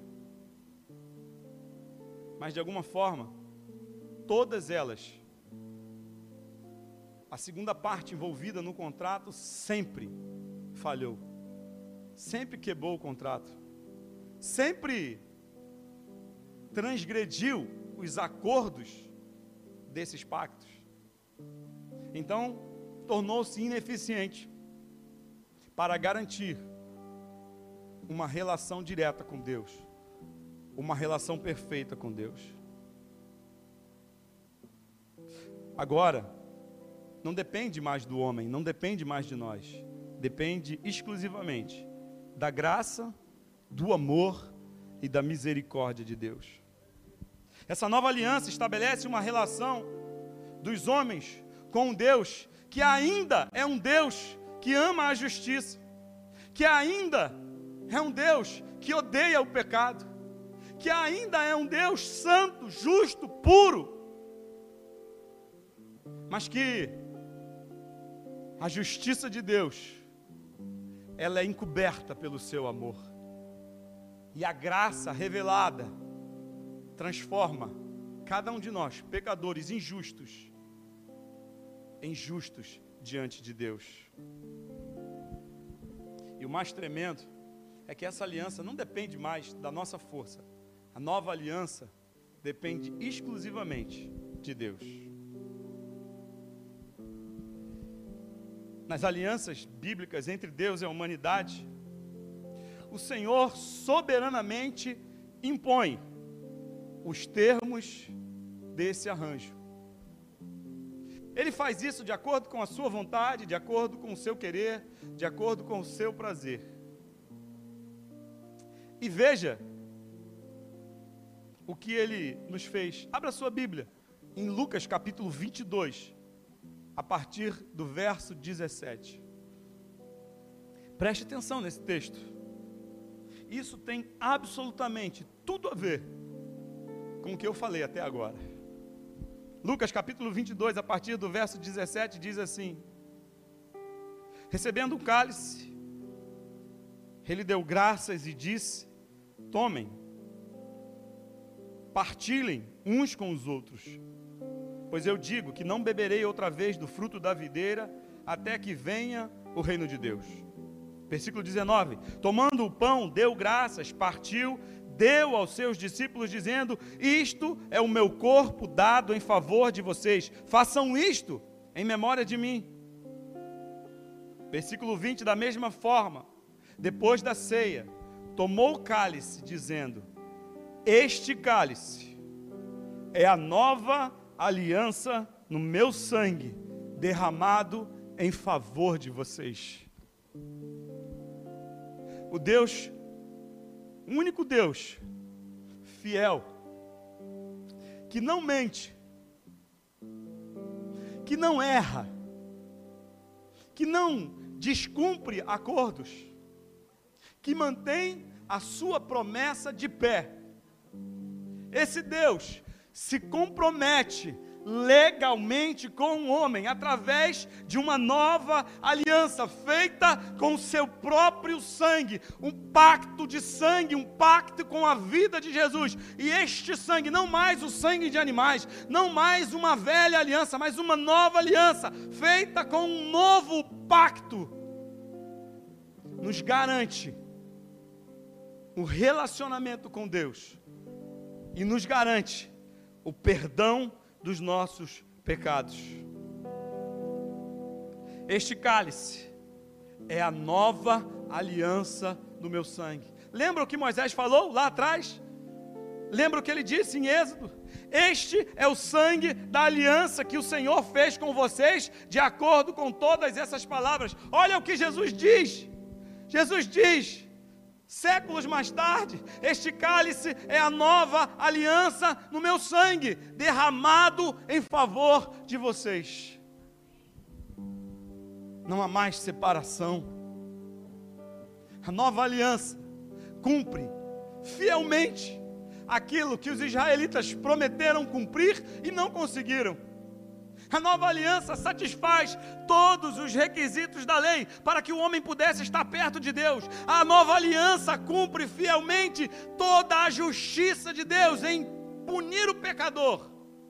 Speaker 2: Mas de alguma forma, todas elas, a segunda parte envolvida no contrato sempre falhou, sempre quebrou o contrato, sempre transgrediu os acordos desses pactos. Então, tornou-se ineficiente para garantir uma relação direta com Deus, uma relação perfeita com Deus. Agora, não depende mais do homem, não depende mais de nós, depende exclusivamente da graça, do amor e da misericórdia de Deus. Essa nova aliança estabelece uma relação dos homens com um Deus que ainda é um Deus que ama a justiça, que ainda é um Deus que odeia o pecado, que ainda é um Deus santo, justo, puro, mas que a justiça de Deus, ela é encoberta pelo seu amor, e a graça revelada transforma cada um de nós, pecadores injustos, em justos diante de Deus. E o mais tremendo é que essa aliança não depende mais da nossa força. A nova aliança depende exclusivamente de Deus. Nas alianças bíblicas entre Deus e a humanidade, o Senhor soberanamente impõe os termos desse arranjo. Ele faz isso de acordo com a sua vontade, de acordo com o seu querer, de acordo com o seu prazer. E veja o que ele nos fez. Abra sua Bíblia em Lucas capítulo vinte e dois, a partir do verso dezessete. Preste atenção nesse texto. Isso tem absolutamente tudo a ver com o que eu falei até agora. Lucas capítulo vinte e dois, a partir do verso dezessete, diz assim: recebendo o cálice, ele deu graças e disse: tomem, partilhem uns com os outros, pois eu digo que não beberei outra vez do fruto da videira, até que venha o reino de Deus. Versículo dezenove, tomando o pão, deu graças, partiu, deu aos seus discípulos, dizendo: isto é o meu corpo dado em favor de vocês, façam isto em memória de mim. Versículo vinte, da mesma forma, depois da ceia, tomou o cálice, dizendo: este cálice é a nova aliança no meu sangue, derramado em favor de vocês. O Deus, o único Deus fiel, que não mente, que não erra, que não descumpre acordos, que mantém a sua promessa de pé. Esse Deus se compromete legalmente com o homem, através de uma nova aliança, feita com o seu próprio sangue, um pacto de sangue, um pacto com a vida de Jesus, e este sangue, não mais o sangue de animais, não mais uma velha aliança, mas uma nova aliança, feita com um novo pacto, nos garante o relacionamento com Deus, e nos garante o perdão dos nossos pecados. Este cálice é a nova aliança no meu sangue. Lembra o que Moisés falou lá atrás? Lembra o que ele disse em Êxodo? Este é o sangue da aliança que o Senhor fez com vocês, de acordo com todas essas palavras. Olha o que Jesus diz. Jesus diz: séculos mais tarde, este cálice é a nova aliança no meu sangue, derramado em favor de vocês. Não há mais separação. A nova aliança cumpre fielmente aquilo que os israelitas prometeram cumprir e não conseguiram. A nova aliança satisfaz todos os requisitos da lei para que o homem pudesse estar perto de Deus. A nova aliança cumpre fielmente toda a justiça de Deus em punir o pecador.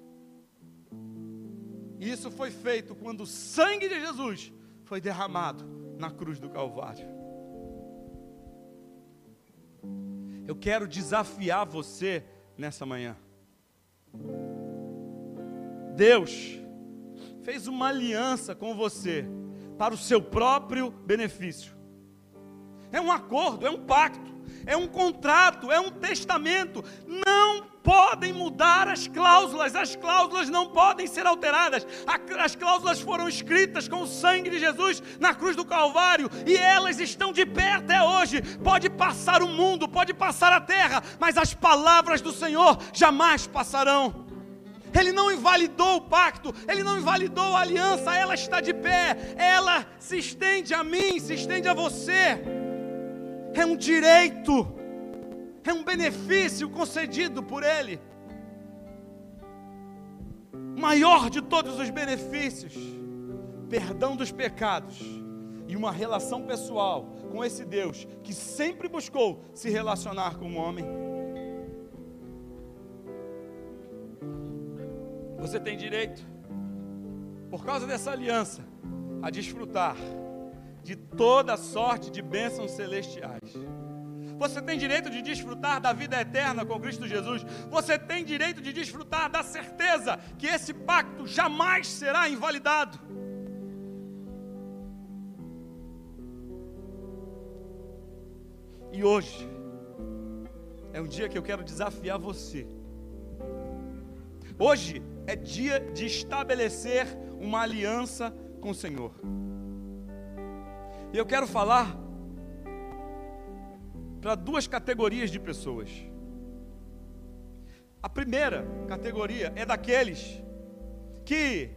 Speaker 2: E isso foi feito quando o sangue de Jesus foi derramado na cruz do Calvário. Eu quero desafiar você nessa manhã. Deus fez uma aliança com você para o seu próprio benefício. É um acordo, é um pacto, é um contrato, é um testamento. Não podem mudar as cláusulas, as cláusulas não podem ser alteradas. As cláusulas foram escritas com o sangue de Jesus na cruz do Calvário, e elas estão de pé até hoje. Pode passar o mundo, pode passar a terra, mas as palavras do Senhor jamais passarão. Ele não invalidou o pacto, Ele não invalidou a aliança, ela está de pé, ela se estende a mim, se estende a você. É um direito, é um benefício concedido por Ele. Maior de todos os benefícios, perdão dos pecados e uma relação pessoal com esse Deus que sempre buscou se relacionar com o homem. Você tem direito, por causa dessa aliança, a desfrutar de toda sorte de bênçãos celestiais. Você tem direito de desfrutar da vida eterna com Cristo Jesus. Você tem direito de desfrutar da certeza que esse pacto jamais será invalidado. E hoje é um dia que eu quero desafiar você. Hoje é dia de estabelecer uma aliança com o Senhor. E eu quero falar para duas categorias de pessoas. A primeira categoria é daqueles que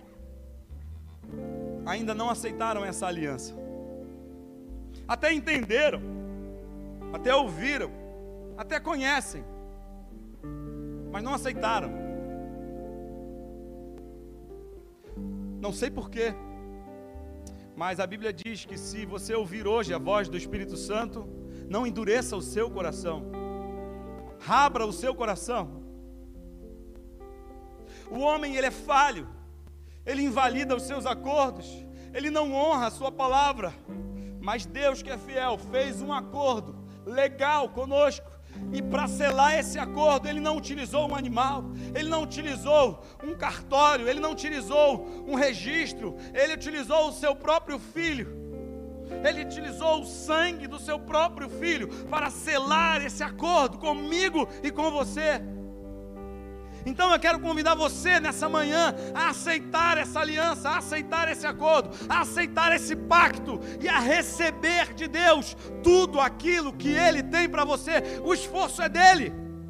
Speaker 2: ainda não aceitaram essa aliança. Até entenderam, até ouviram, até conhecem, mas não aceitaram. Não sei porquê, mas a Bíblia diz que se você ouvir hoje a voz do Espírito Santo, não endureça o seu coração, abra o seu coração. O homem, ele é falho, ele invalida os seus acordos, ele não honra a sua palavra, mas Deus, que é fiel, fez um acordo legal conosco, e para selar esse acordo, Ele não utilizou um animal, Ele não utilizou um cartório, Ele não utilizou um registro, Ele utilizou o seu próprio Filho, Ele utilizou o sangue do seu próprio Filho para selar esse acordo comigo e com você. Então eu quero convidar você nessa manhã a aceitar essa aliança, a aceitar esse acordo, a aceitar esse pacto e a receber de Deus tudo aquilo que Ele tem para você. O esforço é dele,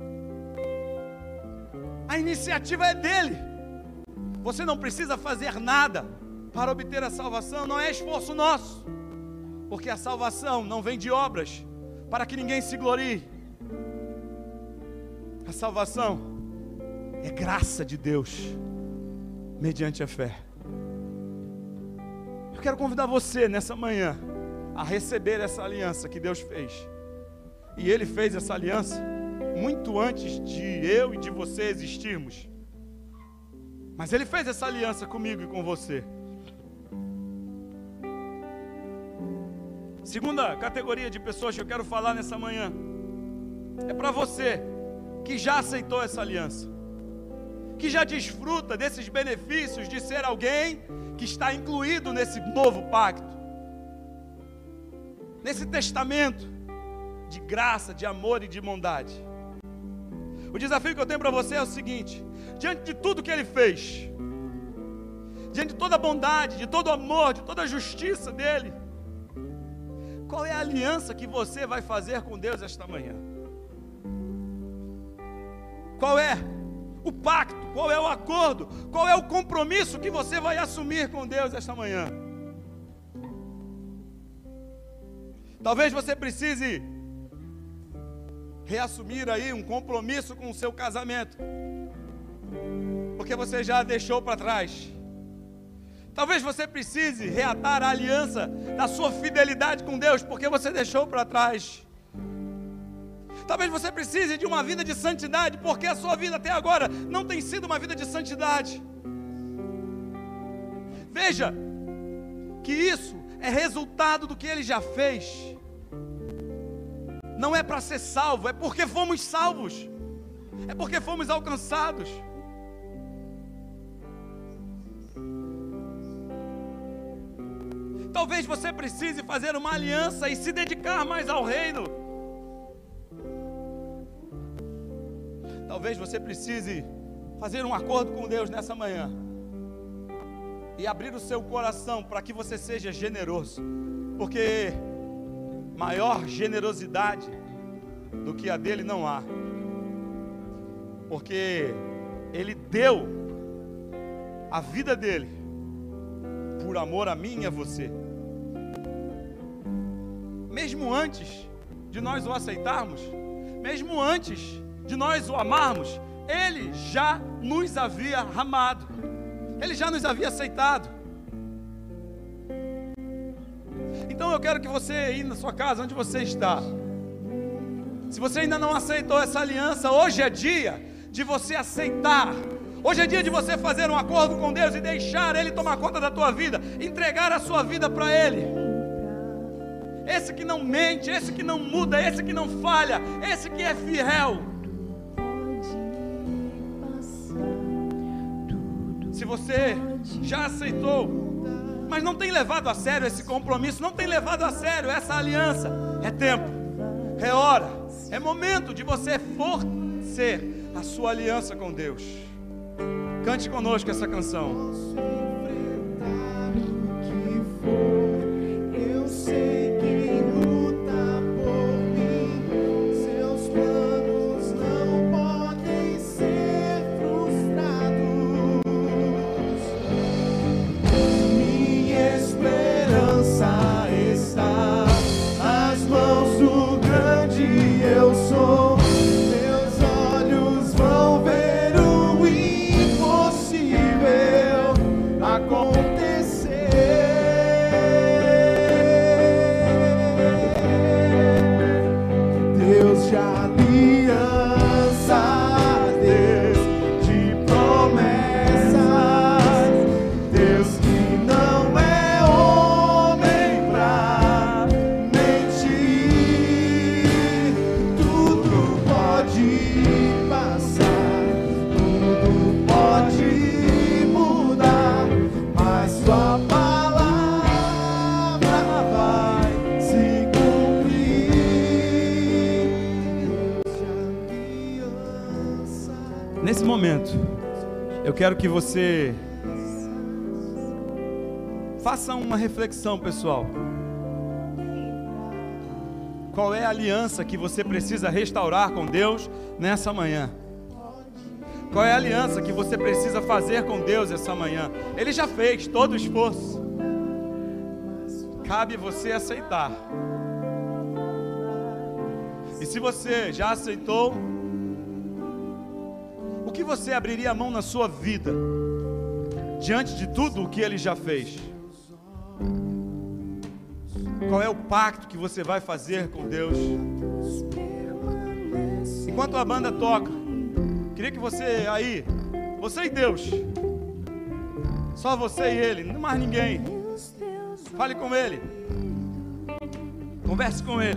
Speaker 2: a iniciativa é dele. Você não precisa fazer nada para obter a salvação, não é esforço nosso, porque a salvação não vem de obras para que ninguém se glorie. A salvação é graça de Deus, mediante a fé. Eu quero convidar você nessa manhã a receber essa aliança que Deus fez. E Ele fez essa aliança muito antes de eu e de você existirmos. Mas Ele fez essa aliança comigo e com você. Segunda categoria de pessoas que eu quero falar nessa manhã é para você que já aceitou essa aliança, que já desfruta desses benefícios de ser alguém que está incluído nesse novo pacto, nesse testamento de graça, de amor e de bondade. O desafio que eu tenho para você é o seguinte: diante de tudo que Ele fez, diante de toda a bondade, de todo o amor, de toda a justiça dEle, qual é a aliança que você vai fazer com Deus esta manhã? Qual é o pacto, qual é o acordo, qual é o compromisso que você vai assumir com Deus esta manhã? Talvez você precise reassumir aí um compromisso com o seu casamento, porque você já deixou para trás. Talvez você precise reatar a aliança da sua fidelidade com Deus, porque você deixou para trás. Talvez você precise de uma vida de santidade, porque a sua vida até agora não tem sido uma vida de santidade. Veja que isso é resultado do que Ele já fez. Não é para ser salvo, é porque fomos salvos, é porque fomos alcançados. Talvez você precise fazer uma aliança e se dedicar mais ao reino. Talvez você precise fazer um acordo com Deus nessa manhã e abrir o seu coração para que você seja generoso, porque maior generosidade do que a dele não há, porque Ele deu a vida dele por amor a mim e a você. Mesmo antes de nós o aceitarmos, mesmo antes de nós o amarmos, Ele já nos havia amado, Ele já nos havia aceitado. Então eu quero que você aí na sua casa, onde você está, se você ainda não aceitou essa aliança, hoje é dia de você aceitar. Hoje é dia de você fazer um acordo com Deus e deixar Ele tomar conta da tua vida, entregar a sua vida para Ele. Esse que não mente, esse que não muda, esse que não falha, esse que é fiel. Se você já aceitou, mas não tem levado a sério esse compromisso, não tem levado a sério essa aliança, é tempo, é hora, é momento de você fortalecer a sua aliança com Deus. Cante conosco essa canção.
Speaker 3: Eu sei que luta por mim, seus planos não podem ser frustrados. Minha esperança está nas mãos do grande eu sou. Meus olhos vão ver
Speaker 2: Nesse momento, eu quero que você faça uma reflexão, pessoal. Qual é a aliança que você precisa restaurar com Deus nessa manhã? Qual é a aliança que você precisa fazer com Deus essa manhã? Ele já fez todo o esforço. Cabe você aceitar. E se você já aceitou, o que você abriria a mão na sua vida diante de tudo o que Ele já fez? Qual é o pacto que você vai fazer com Deus? Enquanto a banda toca, queria que você aí, você e Deus, só você e Ele, não mais ninguém, fale com Ele, converse com Ele.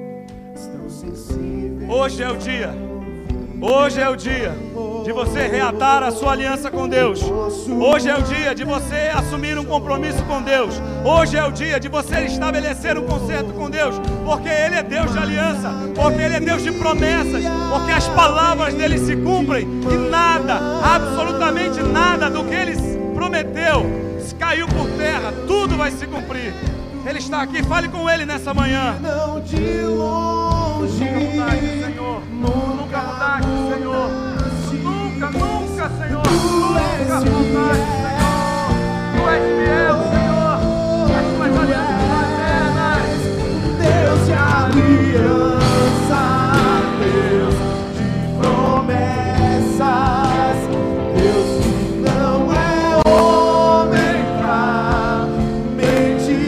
Speaker 2: Hoje é o dia, hoje é o dia de você reatar a sua aliança com Deus. Hoje é o dia de você assumir um compromisso com Deus. Hoje é o dia de você estabelecer um concerto com Deus, porque Ele é Deus de aliança, porque Ele é Deus de promessas, porque as palavras dEle se cumprem e nada, absolutamente nada do que Ele prometeu caiu por terra, tudo vai se cumprir. Ele está aqui, fale com Ele nessa manhã.
Speaker 3: Não de longe,
Speaker 2: nunca mudaste, Senhor. Nunca mudaste, Senhor. Nunca, nunca, Senhor. Nunca mudaste, Senhor. Tu és fiel, Senhor. As tuas alianças eternas.
Speaker 3: Deus de aliança, Deus de promessas, Deus que não é homem pra mentir.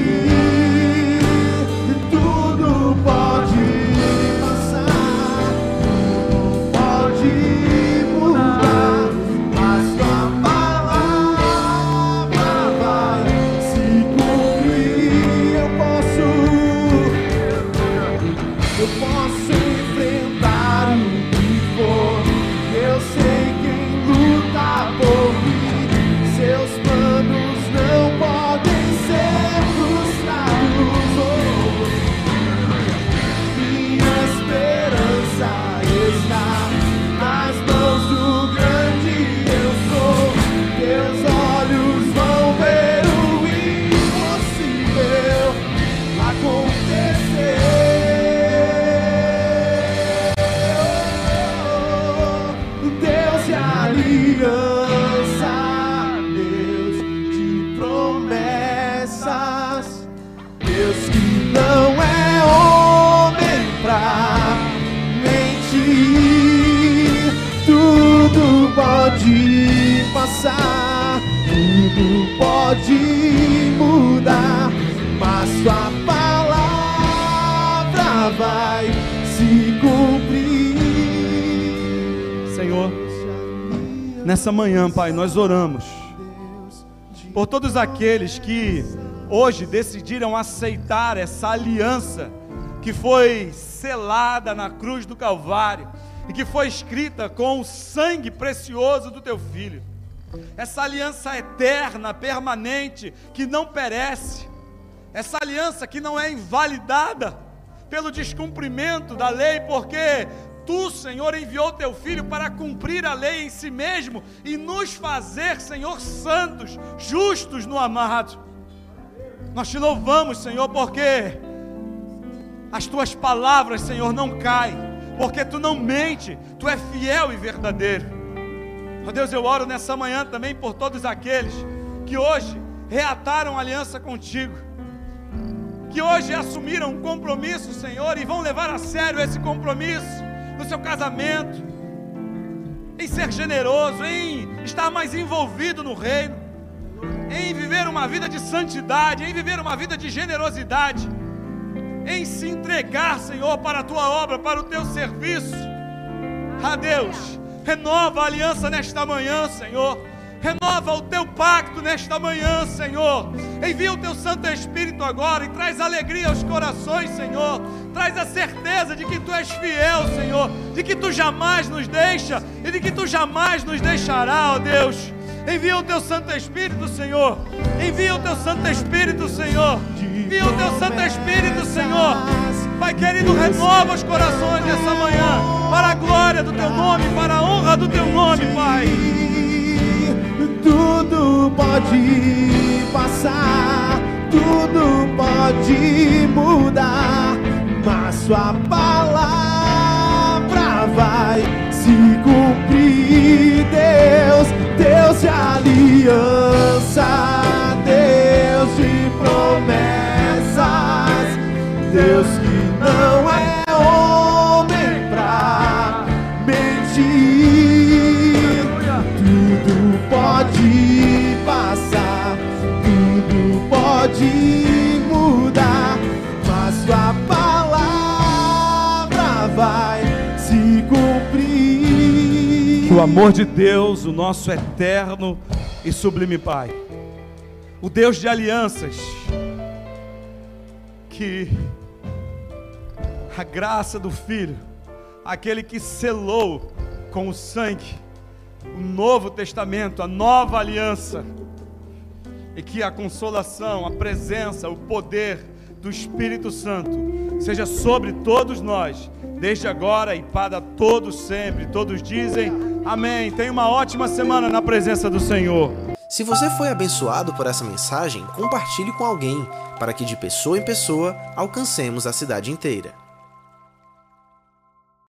Speaker 3: Tudo pode passar, pode mudar, mas tua palavra vai se cumprir. Eu posso, eu posso enfrentar o que for. Eu sei quem luta por mim. Seus planos não podem ser frustrados. Oh, minha esperança está nas mãos do grande eu sou. Teus olhos vão ver o impossível acontecer. Deus de aliança, Deus de promessas, Deus que não é homem pra mentir. Tudo pode passar, tudo pode mudar, mas tua palavra vai se cumprir.
Speaker 2: Senhor, nessa manhã, Pai, nós oramos por todos aqueles que hoje decidiram aceitar essa aliança que foi selada na cruz do Calvário e que foi escrita com o sangue precioso do Teu Filho. Essa aliança eterna, permanente, que não perece. Essa aliança que não é invalidada pelo descumprimento da lei, porque Tu, Senhor, enviou Teu Filho para cumprir a lei em si mesmo e nos fazer, Senhor, santos, justos no amado. Nós Te louvamos, Senhor, porque as Tuas palavras, Senhor, não caem, porque Tu não mente, Tu é fiel e verdadeiro. Ó Deus, eu oro nessa manhã também por todos aqueles que hoje reataram aliança contigo, que hoje assumiram um compromisso, Senhor, e vão levar a sério esse compromisso no seu casamento, em ser generoso, em estar mais envolvido no reino, em viver uma vida de santidade, em viver uma vida de generosidade, em se entregar, Senhor, para a Tua obra, para o Teu serviço. Ah, Deus, renova a aliança nesta manhã, Senhor. Renova o Teu pacto nesta manhã, Senhor. Envia o Teu Santo Espírito agora e traz alegria aos corações, Senhor. Traz a certeza de que Tu és fiel, Senhor, de que Tu jamais nos deixa e de que Tu jamais nos deixará, ó Deus. Envia o Teu Santo Espírito, Senhor. Envia o Teu Santo Espírito, Senhor. Envia o Teu Santo Espírito, Senhor. Pai querido, renova os corações nessa manhã, para a glória do Teu nome, para a honra honra do teu nome, Pai.
Speaker 3: Tudo pode passar, tudo pode mudar, mas sua palavra vai se cumprir. Deus, Deus de aliança, Deus de promessas, Deus que não é homem pra mentir. Tudo pode passar, tudo pode mudar, mas sua palavra vai se cumprir.
Speaker 2: Que o amor de Deus, o nosso eterno e sublime Pai, o Deus de alianças, que a graça do Filho, aquele que selou com o sangue o Novo Testamento, a nova aliança, e que a consolação, a presença, o poder do Espírito Santo seja sobre todos nós, desde agora e para todos sempre. Todos dizem amém. Tenha uma ótima semana na presença do Senhor.
Speaker 1: Se você foi abençoado por essa mensagem, compartilhe com alguém, para que de pessoa em pessoa alcancemos a cidade inteira.